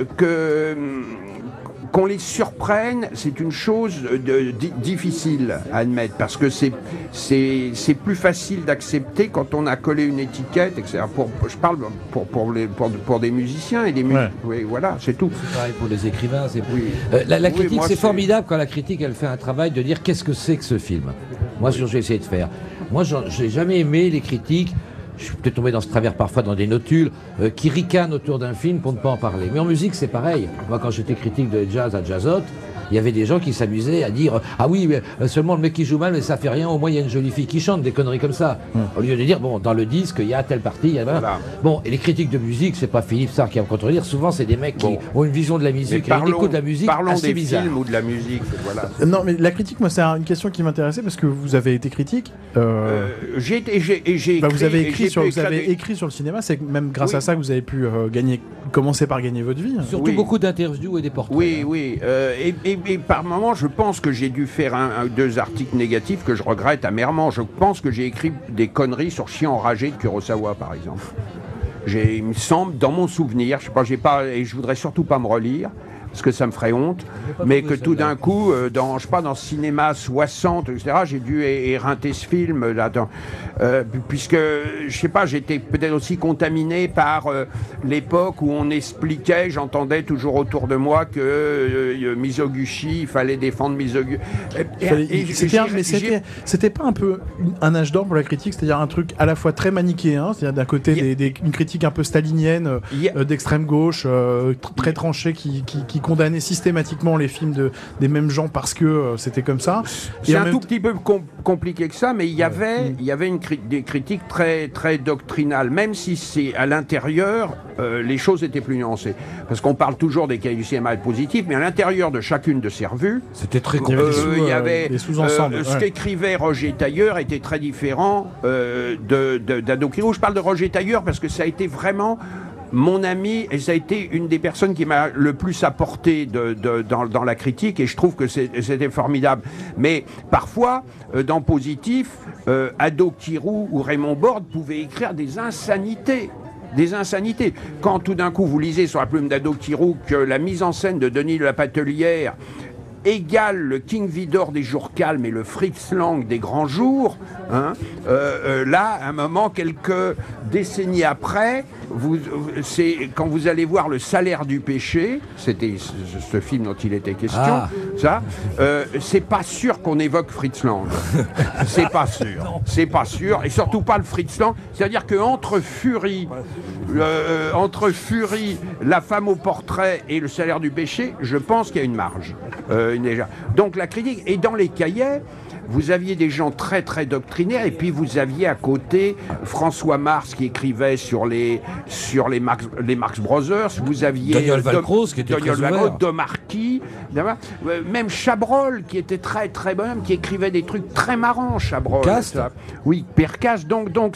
qu'on les surprenne, c'est une chose difficile à admettre, parce que c'est plus facile d'accepter quand on a collé une étiquette, etc. Je parle pour des musiciens et des musiciens. Oui, voilà, c'est tout. C'est pareil pour les écrivains. La critique, c'est formidable quand la critique, elle fait un travail de dire qu'est-ce que c'est que ce film. Moi, c'est ce que j'ai essayé de faire. Moi, je n'ai jamais aimé les critiques. Je suis peut-être tombé dans ce travers parfois dans des notules qui ricanent autour d'un film pour ne pas en parler. Mais en musique, c'est pareil. Moi, quand j'étais critique de jazz à Jazzot, il y avait des gens qui s'amusaient à dire « Ah oui, mais seulement le mec qui joue mal, mais ça fait rien, au moins il y a une jolie fille qui chante », des conneries comme ça. Au lieu de dire « Bon, dans le disque, il y a telle partie, il y a... Voilà. » Bon, et les critiques de musique, c'est pas Philippe Sarr qui va me contredire, souvent c'est des mecs qui ont une vision de la musique, et une écoute de la musique assez bizarre. Parlons des films ou de la musique, voilà. Non, mais la critique, moi, c'est une question qui m'intéressait, parce que vous avez été critique. J'ai écrit... Vous avez écrit sur le cinéma, c'est même grâce à ça que vous avez pu commencer par gagner votre vie. Surtout beaucoup d'interviews et des portraits. Oui. Et par moments, je pense que j'ai dû faire deux articles négatifs que je regrette amèrement. Je pense que j'ai écrit des conneries sur Chien enragé de Kurosawa, par exemple. Il me semble, dans mon souvenir, et je voudrais surtout pas me relire, parce que ça me ferait honte, mais que tout d'un coup, dans Cinéma 60, etc., j'ai dû éreinter ce film, là, puisque, je sais pas, j'étais peut-être aussi contaminé par l'époque où on expliquait, j'entendais toujours autour de moi que Mizoguchi, il fallait défendre Mizoguchi. C'était pas un peu un âge d'or pour la critique, c'est-à-dire un truc à la fois très manichéen, c'est-à-dire d'un côté une critique un peu stalinienne, d'extrême gauche, très tranchée, qui condamnait systématiquement les films des mêmes gens parce que c'était comme ça. C'est un tout petit peu compliqué que ça, mais il y avait des critiques très, très doctrinales, même si c'est à l'intérieur, les choses étaient plus nuancées. Parce qu'on parle toujours des cahiers du cinéma positifs, mais à l'intérieur de chacune de ces revues, c'était très compliqué. Il y avait des sous-ensembles. Ce qu'écrivait Roger Tailleur était très différent d'Ado Kirou. Je parle de Roger Tailleur parce que ça a été vraiment mon ami, et ça a été une des personnes qui m'a le plus apporté dans la critique, et je trouve que c'était formidable. Mais parfois, dans Positif, Ado Kirou ou Raymond Borde pouvaient écrire des insanités. Quand tout d'un coup vous lisez sur la plume d'Ado Kirou que la mise en scène de Denis de la Patelière égale le King Vidor des jours calmes et le Fritz Lang des grands jours, là, à un moment, quelques décennies après, quand vous allez voir Le Salaire du péché, c'était ce film dont il était question, c'est pas sûr qu'on évoque Fritz Lang. C'est pas sûr, et surtout pas le Fritz Lang. C'est-à-dire qu'entre Fury, La femme au portrait et Le Salaire du péché, je pense qu'il y a une marge. Donc la critique, et dans les cahiers, vous aviez des gens très très doctrinaires, et puis vous aviez à côté François Mars qui écrivait sur les Marx Brothers, vous aviez Daniel Valcroze qui était très ouvert. Domarqui, même Chabrol qui était très très bonhomme, qui écrivait des trucs très marrants, Chabrol. Cast. Oui, Pierre Cast. Donc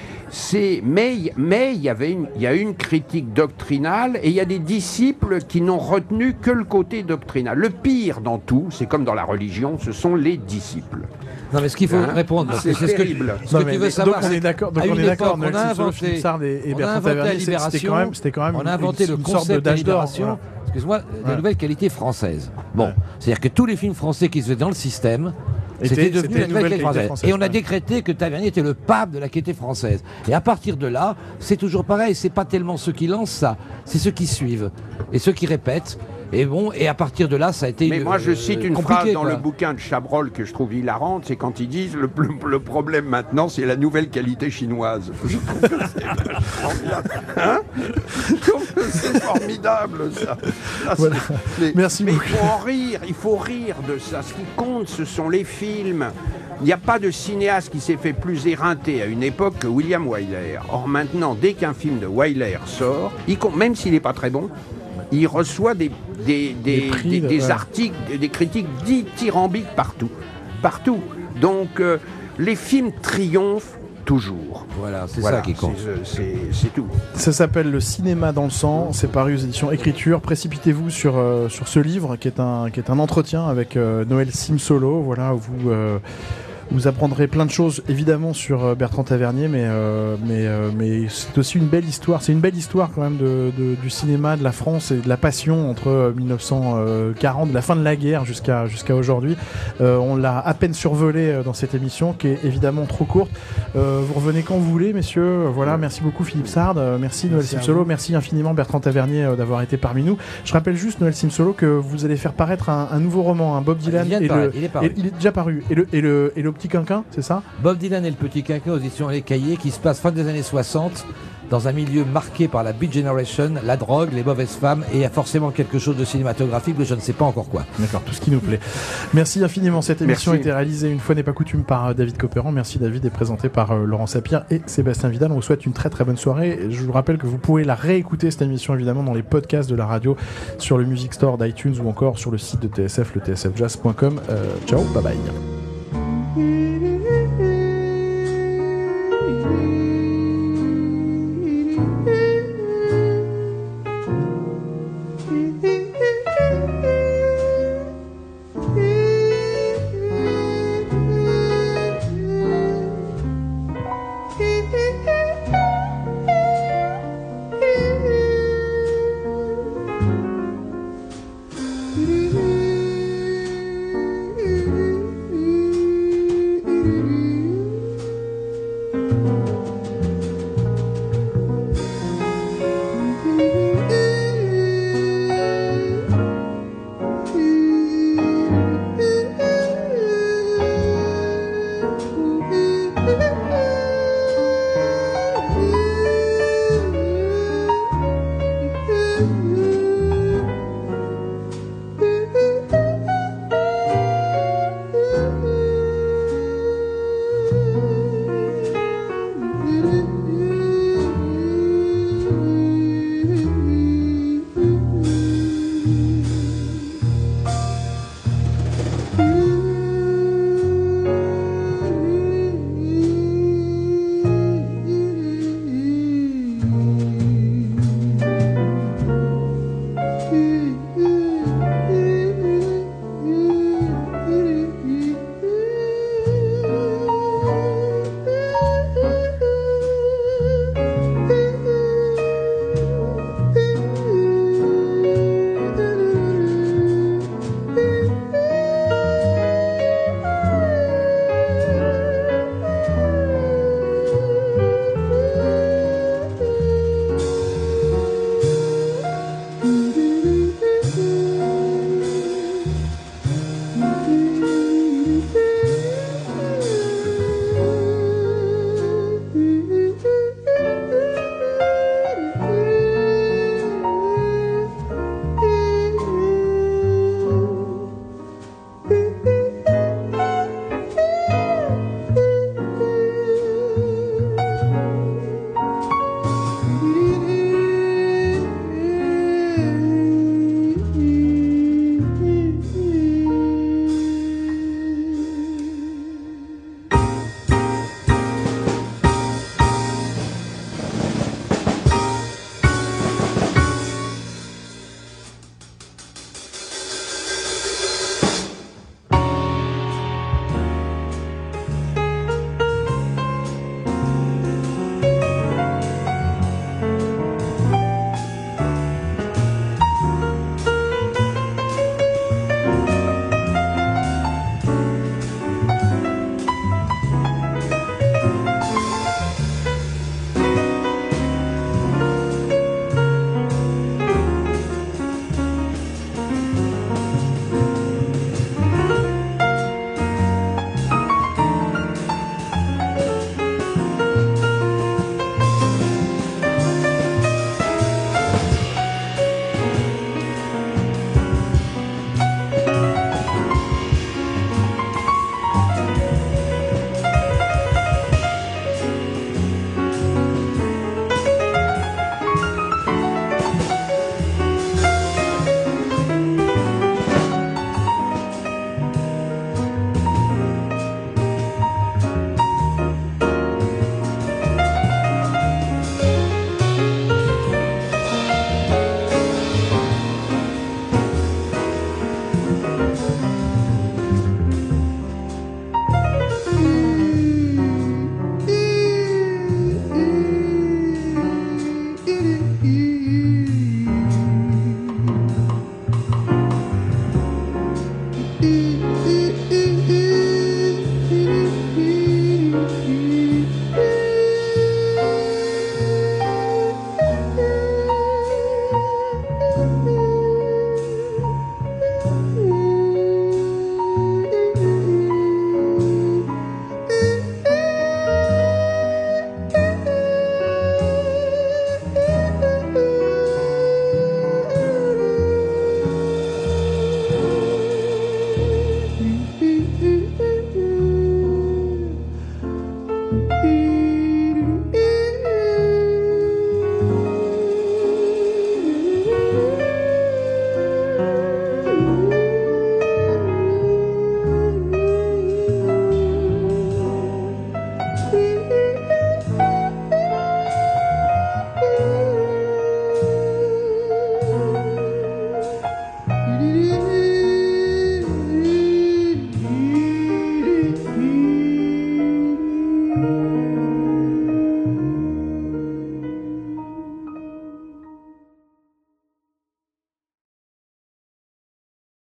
mais il y a une critique doctrinale, et il y a des disciples qui n'ont retenu que le côté doctrinal. Le pire dans tout, c'est comme dans la religion, ce sont les disciples. Non, mais ce qu'il faut répondre, parce que c'est terrible. ce que tu veux savoir. Donc on est d'accord. Donc à on une est d'accord. époque, on a inventé, Sard et on a Bertrand inventé la Tavernier, libération, c'était quand même on a inventé le une sorte concept de d'âge d'or. libération. Voilà. Excuse-moi, de Ouais. nouvelle qualité française. Bon, Ouais. c'est-à-dire que tous les films français qui se faisaient dans le système, c'était devenu la nouvelle qualité française. Et on a décrété que Tavernier était le pape de la qualité française. Et à partir de là, c'est toujours pareil. C'est pas tellement ceux qui lancent ça, c'est ceux qui suivent et ceux qui répètent. Et bon, et à partir de là, ça a été. Mais moi, je cite une compliqué, phrase dans quoi. le bouquin de Chabrol que je trouve hilarante, c'est quand ils disent le problème maintenant, c'est la nouvelle qualité chinoise. Je trouve que c'est vachement bien. Hein? Je trouve que c'est formidable, ça. Là, Voilà. Merci mais beaucoup. il faut rire de ça. Ce qui compte, ce sont les films. Il n'y a pas de cinéaste qui s'est fait plus éreinter à une époque que William Wyler. Or maintenant, dès qu'un film de Wyler sort, même s'il n'est pas très bon, il reçoit des articles, des critiques dithyrambiques partout. Donc les films triomphent toujours. Voilà, c'est ça qui compte. C'est tout. Ça s'appelle Le cinéma dans le sang, c'est paru aux éditions Écriture. Précipitez-vous sur ce livre qui est un entretien avec Noël Simsolo, voilà, où vous apprendrez plein de choses évidemment sur Bertrand Tavernier, mais c'est aussi une belle histoire. C'est une belle histoire quand même du cinéma, de la France et de la passion entre 1940, la fin de la guerre jusqu'à aujourd'hui. On l'a à peine survolé dans cette émission qui est évidemment trop courte. Vous revenez quand vous voulez, messieurs. Voilà, merci beaucoup Philippe Sard, merci Noël Simsolo, merci infiniment Bertrand Tavernier d'avoir été parmi nous. Je rappelle juste Noël Simsolo que vous allez faire paraître un nouveau roman, Bob Dylan. Il est déjà paru. Et le Petit Quinquin, c'est ça? Bob Dylan et le Petit Quinquin aux éditions Les Cahiers, qui se passe fin des années 60 dans un milieu marqué par la Beat Generation, la drogue, les mauvaises femmes, et il y a forcément quelque chose de cinématographique, mais je ne sais pas encore quoi. D'accord, tout ce qui nous plaît. Merci infiniment. Cette émission a été réalisée une fois n'est pas coutume par David Copéran. Merci David, et présenté par Laurent Sapir et Sébastien Vidal. On vous souhaite une très très bonne soirée. Je vous rappelle que vous pouvez la réécouter, cette émission, évidemment, dans les podcasts de la radio, sur le Music Store d'iTunes ou encore sur le site de TSF, le tsfjazz.com. Ciao, bye bye. Mm-hmm.